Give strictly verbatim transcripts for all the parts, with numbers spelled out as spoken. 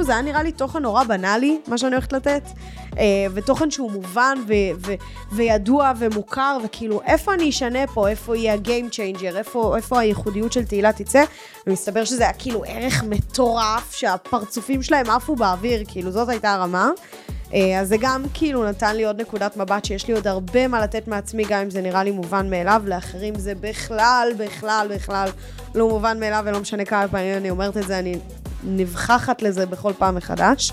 זה היה נראה לי תוכן נורא בנאלי, מה שאני הולכת לתת, ותוכן שהוא מובן ו- ו- וידוע ומוכר, וכאילו, איפה אני אשנה פה, איפה יהיה ה-game changer, איפה, איפה הייחודיות של תהילה תצא, ומסתבר שזה היה כאילו ערך מטורף, שהפרצופים שלהם עפו באוויר, כאילו זאת הייתה הרמה, אז זה גם כאילו נתן לי עוד נקודת מבט, שיש לי עוד הרבה מה לתת מעצמי, גם אם זה נראה לי מובן מאליו, לאחרים זה בכלל, בכלל, בכלל לא מובן מאליו, ולא משנה כמה פעמים אני אומרת את זה, אני נבחחת לזה בכל פעם מחדש.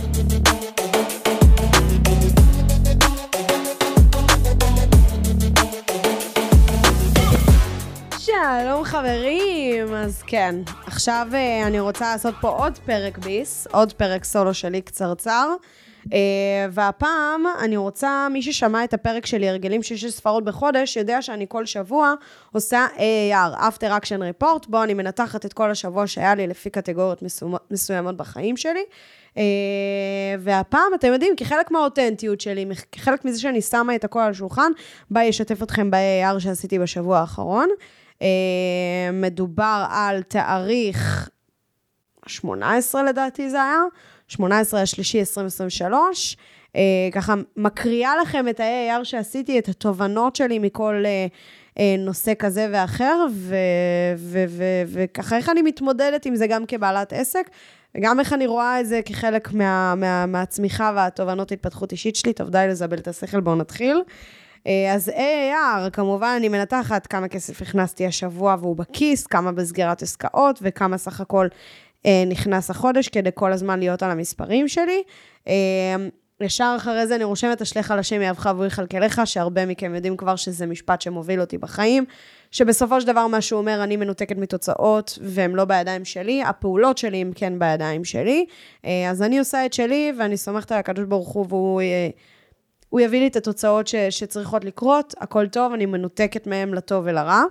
שלום חברים, אז כן, עכשיו אני רוצה לעשות פה עוד פרק ביס, עוד פרק סולו שלי קצרצר, והפעם אני רוצה, מי ששמע את הפרק שלי, הרגלים שש ספרות בחודש, יודע שאני כל שבוע עושה A A R, After Action Report, בו אני מנתחת את כל השבוע שהיה לי לפי קטגוריות מסוימות בחיים שלי, והפעם אתם יודעים, כחלק מהאותנטיות שלי, כחלק מזה שאני שמה את הכל על השולחן, בא ישתף אתכם ב-A A R שעשיתי בשבוע האחרון, מדובר על תאריך שמונה עשרה לדעתי זה היה, שמונה עשרה לשלישי עשרים עשרים ושלוש, ככה מקריאה לכם את ה-A A R שעשיתי, את התובנות שלי מכל נושא כזה ואחר, וככה איך אני מתמודדת עם זה גם כבעלת עסק, וגם איך אני רואה את זה כחלק מה, מה, מהצמיחה והתובנות התפתחות אישית שלי. טוב, די לזבל את השכל, בואו נתחיל. אז A A R, כמובן אני מנתחת כמה כסף הכנסתי השבוע והוא בכיס, כמה בסגירת עסקאות וכמה סך הכל נכנס החודש, כדי כל הזמן להיות על המספרים שלי. ישר אחרי זה אני רושמת, אשליך על השם יאהבך והוא יכלכלך, שהרבה מכם יודעים כבר שזה משפט שמוביל אותי בחיים, שבסופו של דבר מה שהוא אומר, אני מנותקת מתוצאות, והם לא בידיים שלי, הפעולות שלי הם כן בידיים שלי, אז אני עושה את שלי, ואני סומכת על הקדוש ברוך הוא, והוא הוא יביא לי את התוצאות ש, שצריכות לקרות, הכל טוב, אני מנותקת מהם לטוב ולרע.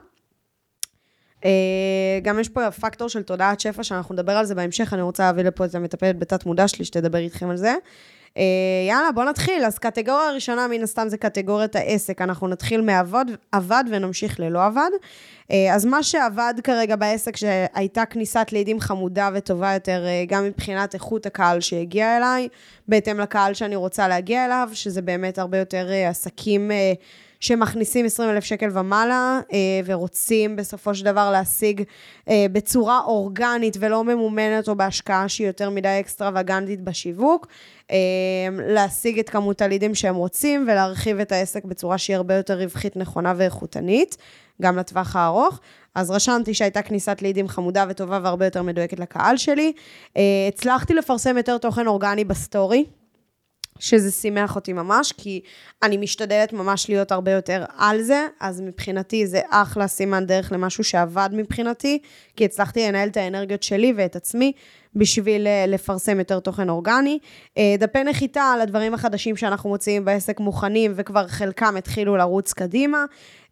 גם יש פה פקטור של תודעת שפע, שאנחנו נדבר על זה בהמשך, אני רוצה להביא לפה את המטפלת בתת מודע שלי, שתדבר איתכם על זה. יאללה, בוא נתחיל. אז קטגוריה הראשונה, מן הסתם זה קטגוריית העסק, אנחנו נתחיל מעבוד, עבד ונמשיך ללא עבד. אז מה שעבד כרגע בעסק, שהייתה כניסת לידים חמודה וטובה יותר, גם מבחינת איכות הקהל שהגיע אליי, בהתאם לקהל שאני רוצה להגיע אליו, שזה באמת הרבה יותר עסקים שמכניסים עשרים אלף שקל ומעלה, ורוצים בסופו של דבר להשיג בצורה אורגנית ולא ממומנת או בהשקעה שהיא יותר מדי אקסטרווגנטית בשיווק, להשיג את כמות הלידים שהם רוצים ולהרחיב את העסק בצורה שהיא הרבה יותר רווחית, נכונה ואיכותנית, גם לטווח הארוך. אז רשמתי שהייתה כניסת לידים חמודה וטובה והרבה יותר מדויקת לקהל שלי. הצלחתי לפרסם יותר תוכן אורגני בסטורי, שזה שימח אותי ממש, כי אני משתדלת ממש להיות הרבה יותר על זה, אז מבחינתי זה אחלה סימן דרך למשהו שעבד מבחינתי, כי הצלחתי לנהל את האנרגיות שלי ואת עצמי, בשביל לפרסם יותר תוכן אורגני. דפי נחיתה על הדברים החדשים שאנחנו מוציאים בעסק מוכנים, וכבר חלקם התחילו לרוץ קדימה.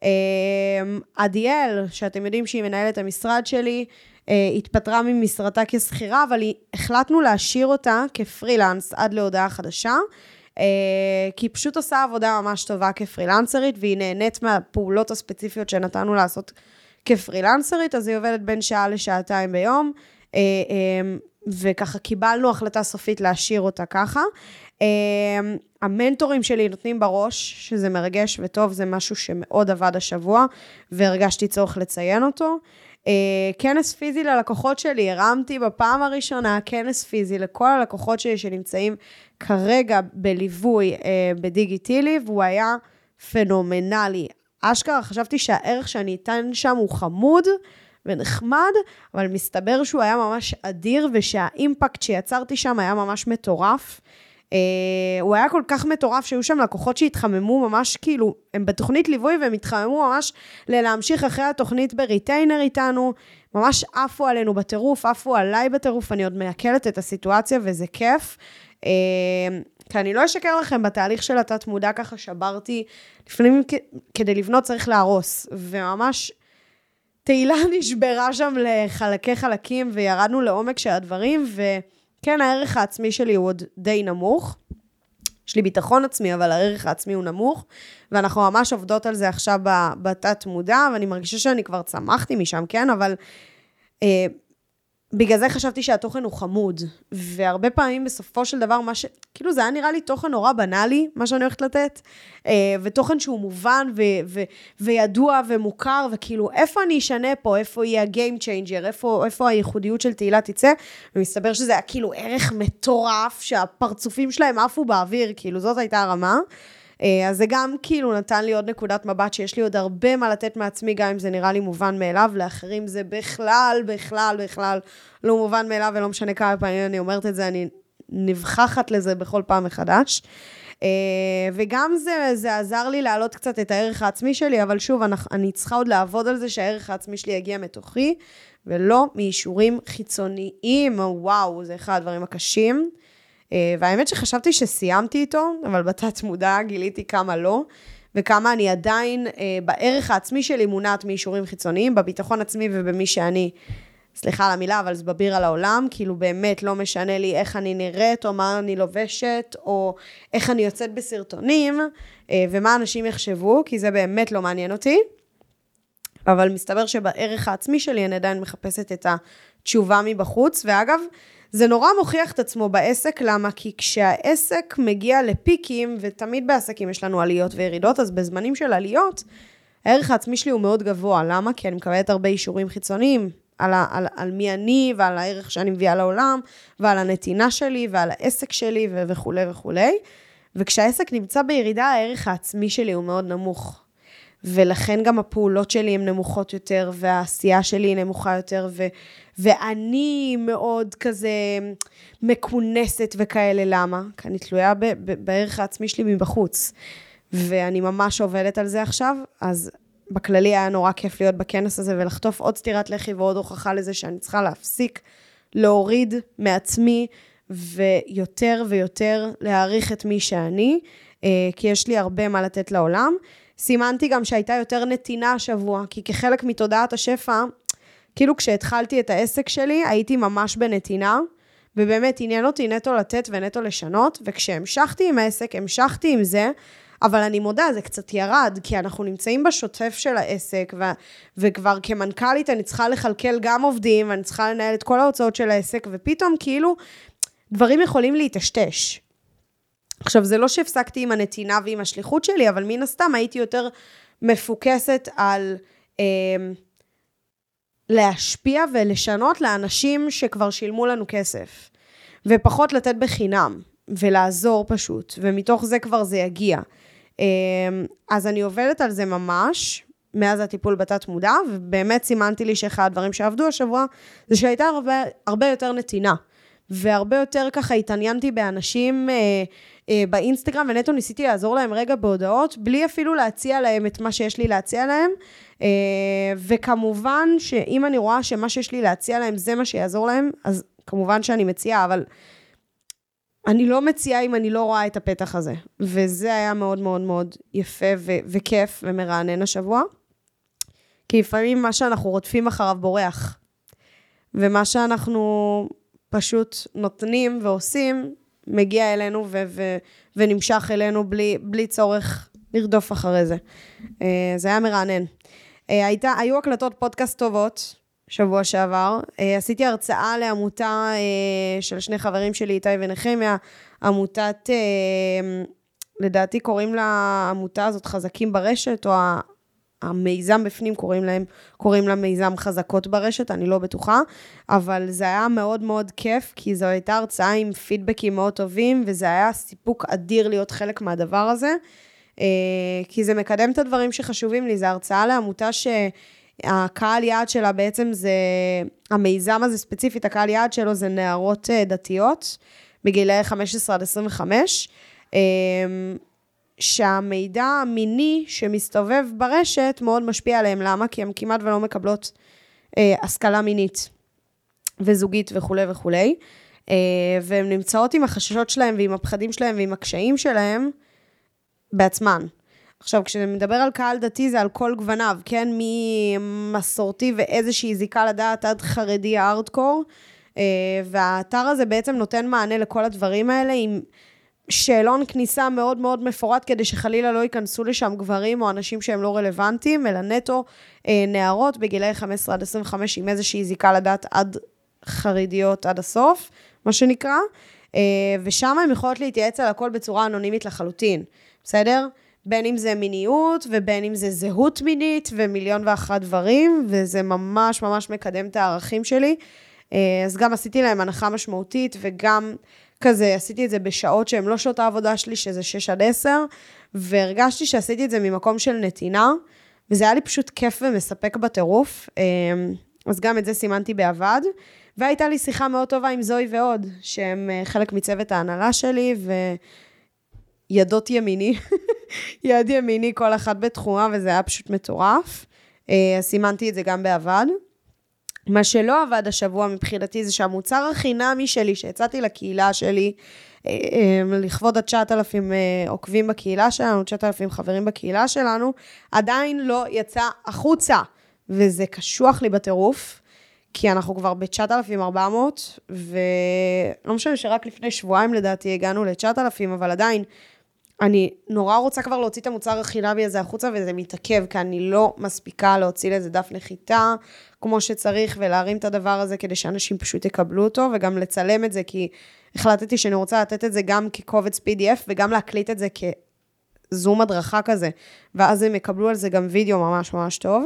עדיאל, שאתם יודעים שהיא מנהלת המשרד שלי, התפטרה ממשרתה כסחירה, אבל החלטנו להשאיר אותה כפרילנס עד להודעה חדשה, כי היא פשוט עושה עבודה ממש טובה כפרילנסרית, והיא נהנית מהפעולות הספציפיות שנתנו לעשות כפרילנסרית, אז היא עובדת בין שעה לשעתיים ביום, וככה קיבלנו החלטה סופית להשאיר אותה ככה. המנטורים שלי נותנים בראש, שזה מרגש וטוב, זה משהו שמאוד עבד השבוע, והרגשתי צורך לציין אותו. כנס פיזי ללקוחות שלי, הרמתי בפעם הראשונה כנס פיזי לכל הלקוחות שלי שנמצאים כרגע בליווי בדיגיטילי, והוא היה פנומנלי. אשכרה, חשבתי שהערך שאני אתן שם הוא חמוד ונחמד, אבל מסתבר שהוא היה ממש אדיר, ושהאימפקט שיצרתי שם היה ממש מטורף. הוא היה כל כך מטורף שהיו שם לקוחות שהתחממו ממש, כאילו, הם בתוכנית ליווי והם התחממו ממש להמשיך אחרי התוכנית בריטיינר איתנו, ממש עפו עלינו בטירוף, עפו עליי בטירוף, אני עוד מייקלת את הסיטואציה וזה כיף. כי אני לא אשקר לכם, בתהליך של התת מודע ככה שברתי, לפעמים כדי לבנות צריך להרוס, וממש תהילה נשברה שם לחלקי חלקים, וירדנו לעומק של הדברים, וכן, הערך העצמי שלי הוא עוד די נמוך, יש לי ביטחון עצמי, אבל הערך העצמי הוא נמוך, ואנחנו ממש עובדות על זה עכשיו בתת מודע, ואני מרגישה שאני כבר צמחתי משם, כן, אבל אה, בגלל זה חשבתי שהתוכן הוא חמוד, והרבה פעמים בסופו של דבר, מה ש... כאילו זה היה נראה לי תוכן נורא בנאלי, מה שאני הולכת לתת, ותוכן שהוא מובן ו... ו... וידוע ומוכר, וכאילו איפה אני אשנה פה, איפה יהיה ה-game changer, איפה, איפה הייחודיות של תהילה תצא, ומסתבר שזה היה כאילו ערך מטורף, שהפרצופים שלהם עפו באוויר, כאילו זאת הייתה הרמה, אז זה גם כאילו נתן לי עוד נקודת מבט, שיש לי עוד הרבה מה לתת מעצמי, גם אם זה נראה לי מובן מאליו, לאחרים זה בכלל, בכלל, בכלל לא מובן מאליו, ולא משנה כמה פעמים אני אומרת את זה, אני נבחחת לזה בכל פעם מחדש. וגם זה, זה עזר לי להעלות קצת את הערך העצמי שלי, אבל שוב, אני, אני צריכה עוד לעבוד על זה, שהערך העצמי שלי יגיע מתוכי, ולא מאישורים חיצוניים. וואו, זה אחד הדברים הקשים. והאמת שחשבתי שסיימתי איתו, אבל בתת מודע גיליתי כמה לא, וכמה אני עדיין בערך העצמי שלי מונעת מאישורים חיצוניים, בביטחון עצמי ובמי שאני, סליחה על המילה, אבל זה בביר על העולם, כאילו באמת לא משנה לי איך אני נראית, או מה אני לובשת, או איך אני יוצאת בסרטונים, ומה אנשים יחשבו, כי זה באמת לא מעניין אותי, אבל מסתבר שבערך העצמי שלי אני עדיין מחפשת את התשובה מבחוץ, ואגב, זה נורא מוכיח את עצמו בעסק, למה? כי כשהעסק מגיע לפיקים, ותמיד בעסקים יש לנו עליות וירידות, אז בזמנים של עליות, הערך העצמי שלי הוא מאוד גבוה. למה? כי אני מקבלת הרבה אישורים חיצוניים, על, על, על מי אני, ועל הערך שאני מביאה לעולם, ועל הנתינה שלי, ועל העסק שלי, ו- וכו' וכו'. וכשהעסק נמצא בירידה, הערך העצמי שלי הוא מאוד נמוך. ולכן גם הפעולות שלי הן נמוכות יותר, והעשייה שלי היא נמוכה יותר, ו- ואני מאוד כזה מקונסת וכאלה. למה? כי אני תלויה ב- ב- בערך העצמי שלי מבחוץ, ואני ממש עובדת על זה עכשיו, אז בכללי היה נורא כיף להיות בכנס הזה, ולחטוף עוד סתירת לחי ועוד הוכחה לזה, שאני צריכה להפסיק, להוריד מעצמי, ויותר ויותר להעריך את מי שאני, כי יש לי הרבה מה לתת לעולם. סימנתי גם שהייתה יותר נתינה השבוע, כי כחלק מתודעת השפע, כאילו כשהתחלתי את העסק שלי, הייתי ממש בנתינה, ובאמת עניין אותי נטו לתת ונטו לשנות, וכשהמשכתי עם העסק, המשכתי עם זה, אבל אני מודה, זה קצת ירד, כי אנחנו נמצאים בשוטף של העסק, ו- וכבר כמנכ"לית אני צריכה לחלקל גם עובדים, ואני צריכה לנהל את כל ההוצאות של העסק, ופתאום כאילו דברים יכולים להתשתש. עכשיו, זה לא שהפסקתי עם הנתינה ועם השליחות שלי, אבל מן הסתם הייתי יותר מפוקסת על אה, להשפיע ולשנות לאנשים שכבר שילמו לנו כסף, ופחות לתת בחינם, ולעזור פשוט, ומתוך זה כבר זה יגיע. אה, אז אני עובדת על זה ממש, מאז הטיפול בתת מודע, ובאמת סימנתי לי שאחד הדברים שעבדו השבוע, זה שהייתה הרבה, הרבה יותר נתינה, והרבה יותר ככה התעניינתי באנשים אה, אה, באינסטגרם, ונטו ניסיתי לעזור להם רגע בהודעות, בלי אפילו להציע להם את מה שיש לי להציע להם, אה, וכמובן שאם אני רואה שמה שיש לי להציע להם זה מה שיעזור להם, אז כמובן שאני מציעה, אבל אני לא מציעה אם אני לא רואה את הפתח הזה, וזה היה מאוד מאוד מאוד יפה ו- וכיף ומרענן השבוע, כי לפעמים מה שאנחנו רודפים אחריו בורח, ומה שאנחנו פשוט נותנים ועושים, מגיע אלינו ו- ו- ונמשך אלינו בלי, בלי צורך לרדוף אחרי זה. זה היה מרענן. הייתה, היו הקלטות פודקאסט טובות, שבוע שעבר. עשיתי הרצאה לעמותה של שני חברים שלי, איתי ונחמיה, עמותת, לדעתי קוראים לה, העמותה הזאת חזקים ברשת, או המיזם בפנים קוראים להם, קוראים לה מיזם חזקות ברשת, אני לא בטוחה, אבל זה היה מאוד מאוד כיף, כי זו הייתה הרצאה עם פידבקים מאוד טובים, וזה היה סיפוק אדיר להיות חלק מהדבר הזה, כי זה מקדם את הדברים שחשובים לי. זה הרצאה לעמותה שהקהל יעד שלה בעצם זה, המיזם הזה ספציפית, הקהל יעד שלו זה נערות דתיות, בגילי חמש עשרה עד עשרים וחמש, שהמידע המיני שמסתובב ברשת מאוד משפיע עליהם. למה? כי הן כמעט ולא מקבלות אה, השכלה מינית וזוגית וכו' וכו'. אה, והן נמצאות עם החששות שלהם ועם הפחדים שלהם ועם הקשיים שלהם בעצמן. עכשיו, כשמדבר על קהל דתי זה על כל גווניו, כן? ממסורתי ואיזושהי זיקה לדעת עד חרדי הארדקור, אה, והאתר הזה בעצם נותן מענה לכל הדברים האלה עם שאלון כניסה מאוד מאוד מפורט, כדי שחלילה לא ייכנסו לשם גברים או אנשים שהם לא רלוונטיים, אלא נטו אה, נערות בגילי חמש עשרה עד עשרים וחמש עם איזושהי זיקה לדת עד חרדיות עד הסוף, מה שנקרא, ושם הן יכולות להתייעץ על הכל בצורה אנונימית לחלוטין, בסדר? בין אם זה מיניות, ובין אם זה זהות מינית, ומיליון ואחת דברים, וזה ממש ממש מקדם את הערכים שלי. אז גם עשיתי להם הנחה משמעותית, וגם כזה עשיתי את זה בשעות שהן לא שעות העבודה שלי, שזה שש עד עשר, והרגשתי שעשיתי את זה ממקום של נתינה, וזה היה לי פשוט כיף ומספק בטירוף, אז גם את זה סימנתי בעבד, והייתה לי שיחה מאוד טובה עם זוי ועוד, שהם חלק מצוות ההנהלה שלי, וידות ימיני, יד ימיני כל אחת בתחומה, וזה היה פשוט מטורף. אז סימנתי את זה גם בעבד. מה שלא עבד השבוע מבחינתי, זה שהמוצר החינמי שלי, שיצאתי לקהילה שלי, לכבוד ה-תשעת אלפים עוקבים בקהילה שלנו, תשעת אלפים חברים בקהילה שלנו, עדיין לא יצא החוצה, וזה קשוח לי בטירוף, כי אנחנו כבר ב-תשעת אלפים וארבע מאות, ולא משנה שרק לפני שבועיים לדעתי הגענו ל-תשעת אלפים, אבל עדיין, אני נורא רוצה כבר להוציא את המוצר החינמי הזה החוצה, וזה מתעכב, כי אני לא מספיקה להוציא לזה דף נחיתה, כמו שצריך, ולהרים את הדבר הזה, כדי שאנשים פשוט יקבלו אותו, וגם לצלם את זה, כי החלטתי שאני רוצה לתת את זה גם כקובץ פי די אף, וגם להקליט את זה כזום הדרכה כזה, ואז הם יקבלו על זה גם וידאו ממש ממש טוב.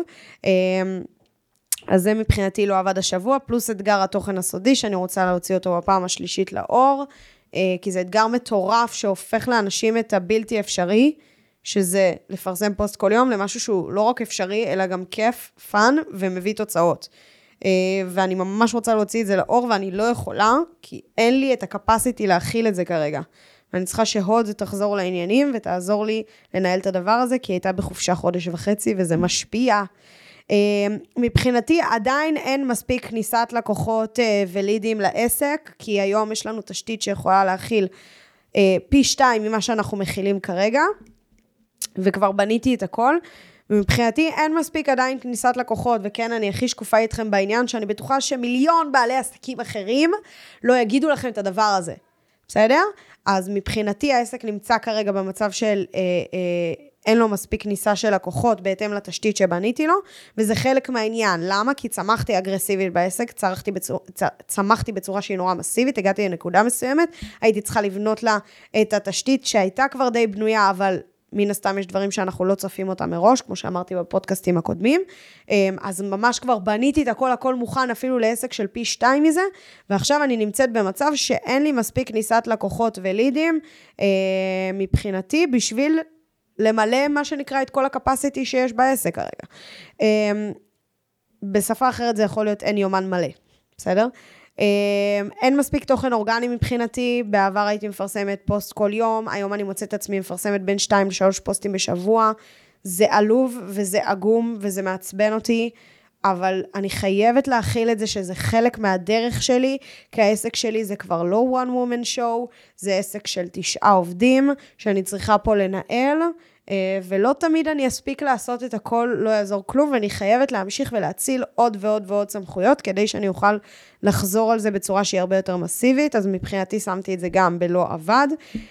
אז זה מבחינתי לא עבד השבוע, פלוס אתגר התוכן הסודי, שאני רוצה להוציא אותו בפעם השלישית לאור, כי זה אתגר מטורף שהופך לאנשים את הבלתי אפשרי, שזה לפרסם פוסט כל יום, למשהו שהוא לא רק אפשרי, אלא גם כיף, פן, ומביא תוצאות. ואני ממש רוצה להוציא את זה לאור, ואני לא יכולה, כי אין לי את הקפסיטי להכיל את זה כרגע. ואני צריכה שהוד תחזור לעניינים, ותעזור לי לנהל את הדבר הזה, כי היא הייתה בחופשה חודש וחצי, וזה משפיע. מבחינתי עדיין אין מספיק כניסת לקוחות ולידים לעסק, כי היום יש לנו תשתית שיכולה להכיל פי שתיים ממה שאנחנו מכילים כרגע, וכבר בניתי את הכל, ומבחינתי אין מספיק עדיין כניסת לקוחות, וכן אני הכי שקופה איתכם בעניין, שאני בטוחה שמיליון בעלי עסקים אחרים לא יגידו לכם את הדבר הזה, בסדר? אז מבחינתי העסק נמצא כרגע במצב של אה, אה, אין לו מספיק כניסה של לקוחות בהתאם לתשתית שבניתי לו, וזה חלק מהעניין. למה? כי צמחתי אגרסיבית בעסק, צמחתי בצורה, צמחתי בצורה שהיא נורא מסיבית, הגעתי לנקודה מסוימת, הייתי צריכה לבנות לה את התשתית שהייתה כבר די בנויה, אבל מן הסתם יש דברים שאנחנו לא צופים אותם מראש, כמו שאמרתי בפודקאסטים הקודמים, אז ממש כבר בניתי את הכל, הכל מוכן אפילו לעסק של פי שתיים מזה, ועכשיו אני נמצאת במצב שאין לי מספיק כניסת לקוחות ולידים, מבחינתי בשביל למלא מה שנקרא את כל הקפסיטי שיש בעסק כרגע. בשפה אחרת זה יכול להיות אין יומן מלא, בסדר? אין מספיק תוכן אורגני מבחינתי, בעבר הייתי מפרסמת פוסט כל יום, היום אני מוצאת עצמי מפרסמת בין שתיים לשלוש פוסטים בשבוע, זה עלוב וזה עגום וזה מעצבן אותי, אבל אני חייבת להכיל את זה שזה חלק מהדרך שלי, כי העסק שלי זה כבר לא one woman show, זה עסק של תשעה עובדים, שאני צריכה פה לנהל, ולא תמיד אני אספיק לעשות את הכל, לא יעזור כלום, ואני חייבת להמשיך ולהציל עוד ועוד ועוד סמכויות, כדי שאני אוכל לחזור על זה בצורה שהיא הרבה יותר מסיבית, אז מבחינתי שמתי את זה גם בלא עבד.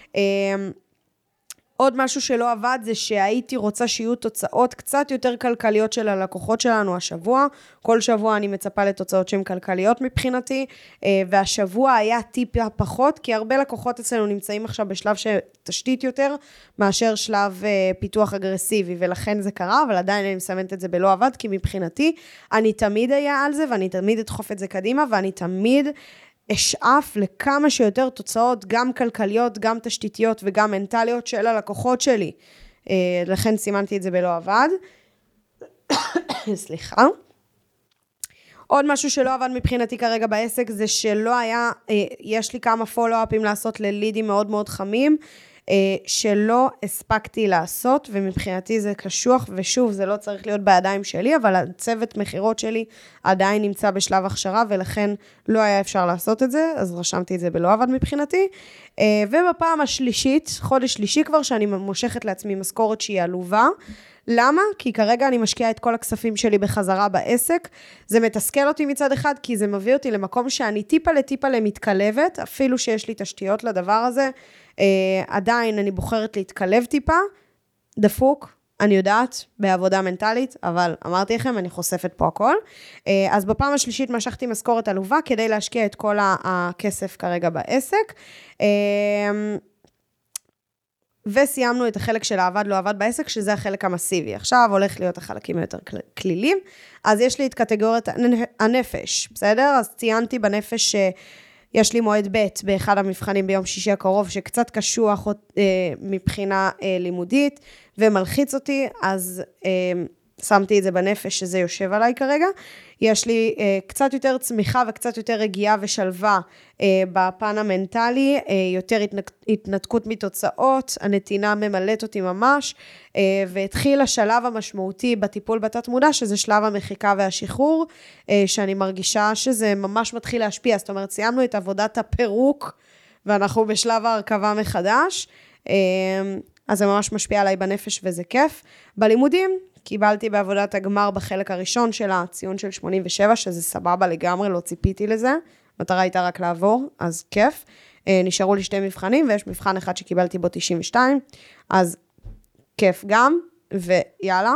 עוד משהו שלא עבד זה שהייתי רוצה שיהיו תוצאות קצת יותר כלכליות של הלקוחות שלנו השבוע. כל שבוע אני מצפה לתוצאות שהן כלכליות מבחינתי, והשבוע היה טיפה פחות, כי הרבה לקוחות אצלנו נמצאים עכשיו בשלב שתשתית יותר, מאשר שלב פיתוח אגרסיבי, ולכן זה קרה, אבל עדיין אני מסמנת את זה בלא עבד, כי מבחינתי אני תמיד היה על זה, ואני תמיד אדחוף את זה קדימה, ואני תמיד אשאף לכמה שיותר תוצאות, גם כלכליות, גם תשתיתיות וגם מנטליות של הלקוחות שלי. לכן סימנתי את זה בלא עבד. סליחה. עוד משהו שלא עבד מבחינתי כרגע בעסק, זה שלא היה, יש לי כמה פולו-אפים לעשות ללידים מאוד מאוד חמים, שלא הספקתי לעשות, ומבחינתי זה קשוח, ושוב, זה לא צריך להיות בידיים שלי, אבל הצוות מחירות שלי עדיין נמצא בשלב הכשרה, ולכן לא היה אפשר לעשות את זה, אז רשמתי את זה בלא עבד מבחינתי. ובפעם השלישית, חודש שלישי כבר, שאני מושכת לעצמי משכורת שהיא עלובה. למה? כי כרגע אני משקיעה את כל הכספים שלי בחזרה בעסק. זה מתסכל אותי מצד אחד, כי זה מביא אותי למקום שאני טיפה לטיפה למתקלבת, אפילו שיש לי תשתיות לדבר הזה. Uh, עדיין אני בוחרת להתקלב טיפה, דפוק, אני יודעת, בעבודה מנטלית, אבל אמרתי לכם, אני חושפת פה הכל. אז בפעם השלישית משכתי משכורת עלובה, כדי להשקיע את כל הכסף כרגע בעסק. וסיימנו את החלק של העבד לא עבד בעסק, שזה החלק המסיבי. עכשיו הולך להיות החלקים היותר כלילים. אז יש לי את קטגוריית הנפש, בסדר? אז ציינתי בנפש שיש לי מועד ב' באחד המבחנים ביום שישי הקרוב, שקצת קשוח אה, מבחינה אה, לימודית, ומלחיץ אותי, אז אה, שמתי את זה בנפש, שזה יושב עליי כרגע. יש לי אה, קצת יותר צמיחה וקצת יותר רגיעה ושלווה אה, בפן המנטלי, אה, יותר התנק, התנתקות מתוצאות, הנתינה ממלאת אותי ממש, אה, והתחיל השלב המשמעותי בטיפול בתת מודע, שזה שלב המחיקה והשחרור, אה, שאני מרגישה שזה ממש מתחיל להשפיע, זאת אומרת, סיימנו את עבודת הפירוק, ואנחנו בשלב ההרכבה מחדש, אה, אז זה ממש משפיע עליי בנפש וזה כיף. בלימודים, קיבלתי בעבודת הגמר בחלק הראשון של הציון של שמונים ושבע, שזה סבבה לגמרי, לא ציפיתי לזה. מטרה הייתה רק לעבור, אז כיף. נשארו לי שתי מבחנים, ויש מבחן אחד שקיבלתי בו תשעים ושתיים, אז כיף גם, ויאללה.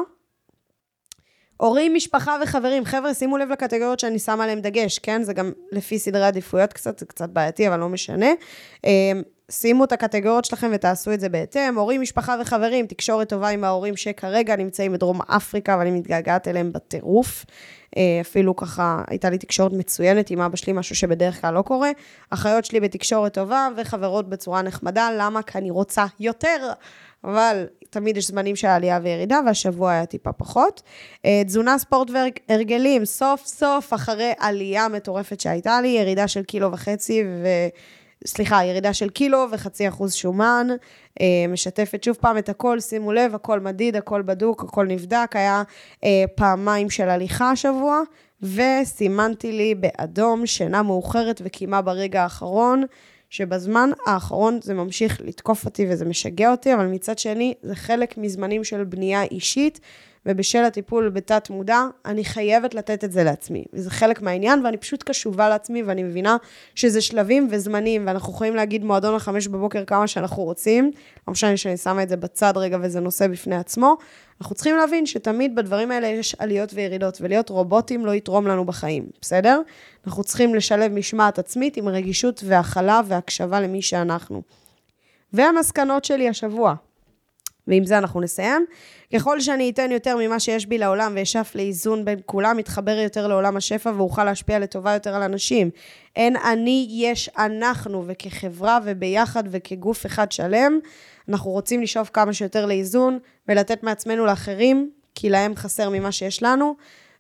הורים, משפחה וחברים, חבר'ה, שימו לב לקטגוריות שאני שמה עליהם דגש, כן? זה גם לפי סדרי עדיפויות קצת, זה קצת בעייתי, אבל לא משנה. שימו את הקטגוריות שלכם ותעשו את זה בהתאם. הורים, משפחה וחברים, תקשורת טובה עם ההורים שכרגע נמצאים בדרום אפריקה, אבל אני מתגעגעת אליהם בטירוף. אפילו ככה, הייתה לי תקשורת מצוינת עם אבא שלי, משהו שבדרך כלל לא קורה. אחיות שלי בתקשורת טובה וחברות בצורה נחמדה. למה? כי אני רוצה יותר. אבל תמיד יש זמנים של עלייה וירידה, והשבוע היה טיפה פחות. תזונה, ספורט והרגלים, סוף סוף, אחרי עלייה מטורפת שהייתה לי, ירידה של קילו וחצי, ו... סליחה, ירידה של קילו וחצי אחוז שומן, משתפת שוב פעם את הכל, שימו לב, הכל מדיד, הכל בדוק, הכל נבדק, היה פעמיים של הליכה השבוע, וסימנתי לי באדום שינה מאוחרת וקימה ברגע האחרון, שבזמן האחרון זה ממשיך לתקוף אותי וזה משגע אותי, אבל מצד שני זה חלק מזמנים של בנייה אישית, ובשל הטיפול בתת מודע, אני חייבת לתת את זה לעצמי. וזה חלק מהעניין, ואני פשוט קשובה לעצמי, ואני מבינה שזה שלבים וזמנים, ואנחנו יכולים להגיד מועדון החמש בבוקר כמה שאנחנו רוצים, לא משנה שאני שמה את זה בצד רגע, וזה נושא בפני עצמו. אנחנו צריכים להבין שתמיד בדברים האלה יש עליות וירידות, ולהיות רובוטים לא יתרום לנו בחיים, בסדר? אנחנו צריכים לשלב משמעת עצמית עם רגישות והכלה והקשבה למי שאנחנו. והמסקנות שלי השבוע. ועם זה אנחנו נסיים. ככל שאני אתן יותר ממה שיש בי לעולם וישף לאיזון בין כולם, מתחבר יותר לעולם השפע ואוכל להשפיע לטובה יותר על אנשים. אין אני, יש אנחנו, וכחברה וביחד וכגוף אחד שלם, אנחנו רוצים לשאוף כמה שיותר לאיזון ולתת מעצמנו לאחרים, כי להם חסר ממה שיש לנו,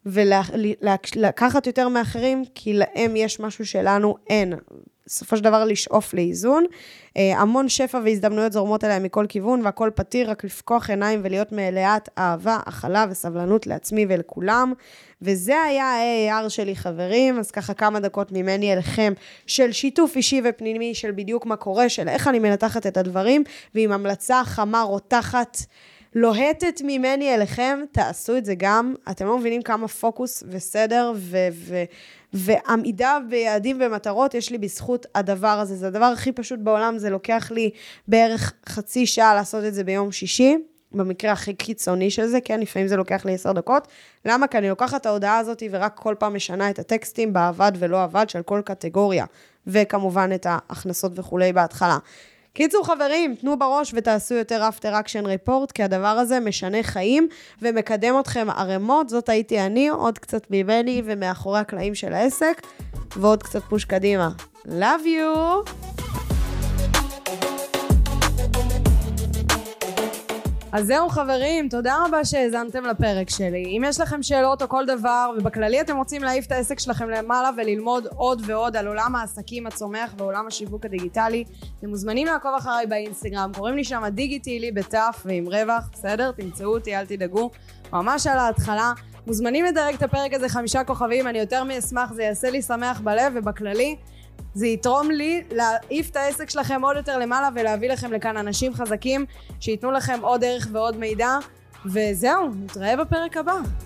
ולקחת יותר מאחרים, כי להם יש משהו שלנו אין. בסופו של דבר לשאוף לאיזון, המון שפע והזדמנויות זורמות עליהם מכל כיוון, והכל פתיר, רק לפקוח עיניים ולהיות מלאת אהבה, הכלה וסבלנות לעצמי ולכולם, וזה היה ה-איי איי אר שלי חברים, אז ככה כמה דקות ממני אליכם, של שיתוף אישי ופנימי, של בדיוק מה קורה, של איך אני מנתחת את הדברים, ועם המלצה חמה רותחת, לוהטת ממני אליכם, תעשו את זה גם, אתם לא מבינים כמה פוקוס וסדר ו... ו- ועמידה ביעדים ומטרות יש לי בזכות הדבר הזה, זה הדבר הכי פשוט בעולם, זה לוקח לי בערך חצי שעה לעשות את זה ביום שישי, במקרה הכי קיצוני של זה, כן, לפעמים זה לוקח לי עשר דקות, למה? כי אני לוקחת את ההודעה הזאת ורק כל פעם משנה את הטקסטים בעבד ולא עבד של כל קטגוריה, וכמובן את ההכנסות וכולי בהתחלה. קיצור חברים, תנו בראש ותעשו יותר אפטר אקשן ריפורט, כי הדבר הזה משנה חיים ומקדם אתכם ערמות, זאת הייתי אני, עוד קצת ממני ומאחורי הקלעים של העסק, ועוד קצת פוש קדימה. Love you! אז זהו חברים, תודה רבה שהזנתם לפרק שלי. אם יש לכם שאלות או כל דבר, ובכללי אתם רוצים להעיף את העסק שלכם למעלה וללמוד עוד ועוד על עולם העסקים הצומח ועולם השיווק הדיגיטלי, אתם מוזמנים לעקוב אחריי באינסטגרם, קוראים לי שם דיגיטילי בתף ועם רווח, בסדר? תמצאו אותי, אל תדאגו. ממש על ההתחלה, מוזמנים לדרג את הפרק הזה חמישה כוכבים, אני יותר מאשמח, זה יעשה לי שמח בלב, ובכללי זה יתרום לי להעיף את העסק שלכם עוד יותר למעלה ולהביא לכם לכאן אנשים חזקים שיתנו לכם עוד ערך ועוד מידע, וזהו, נתראה בפרק הבא.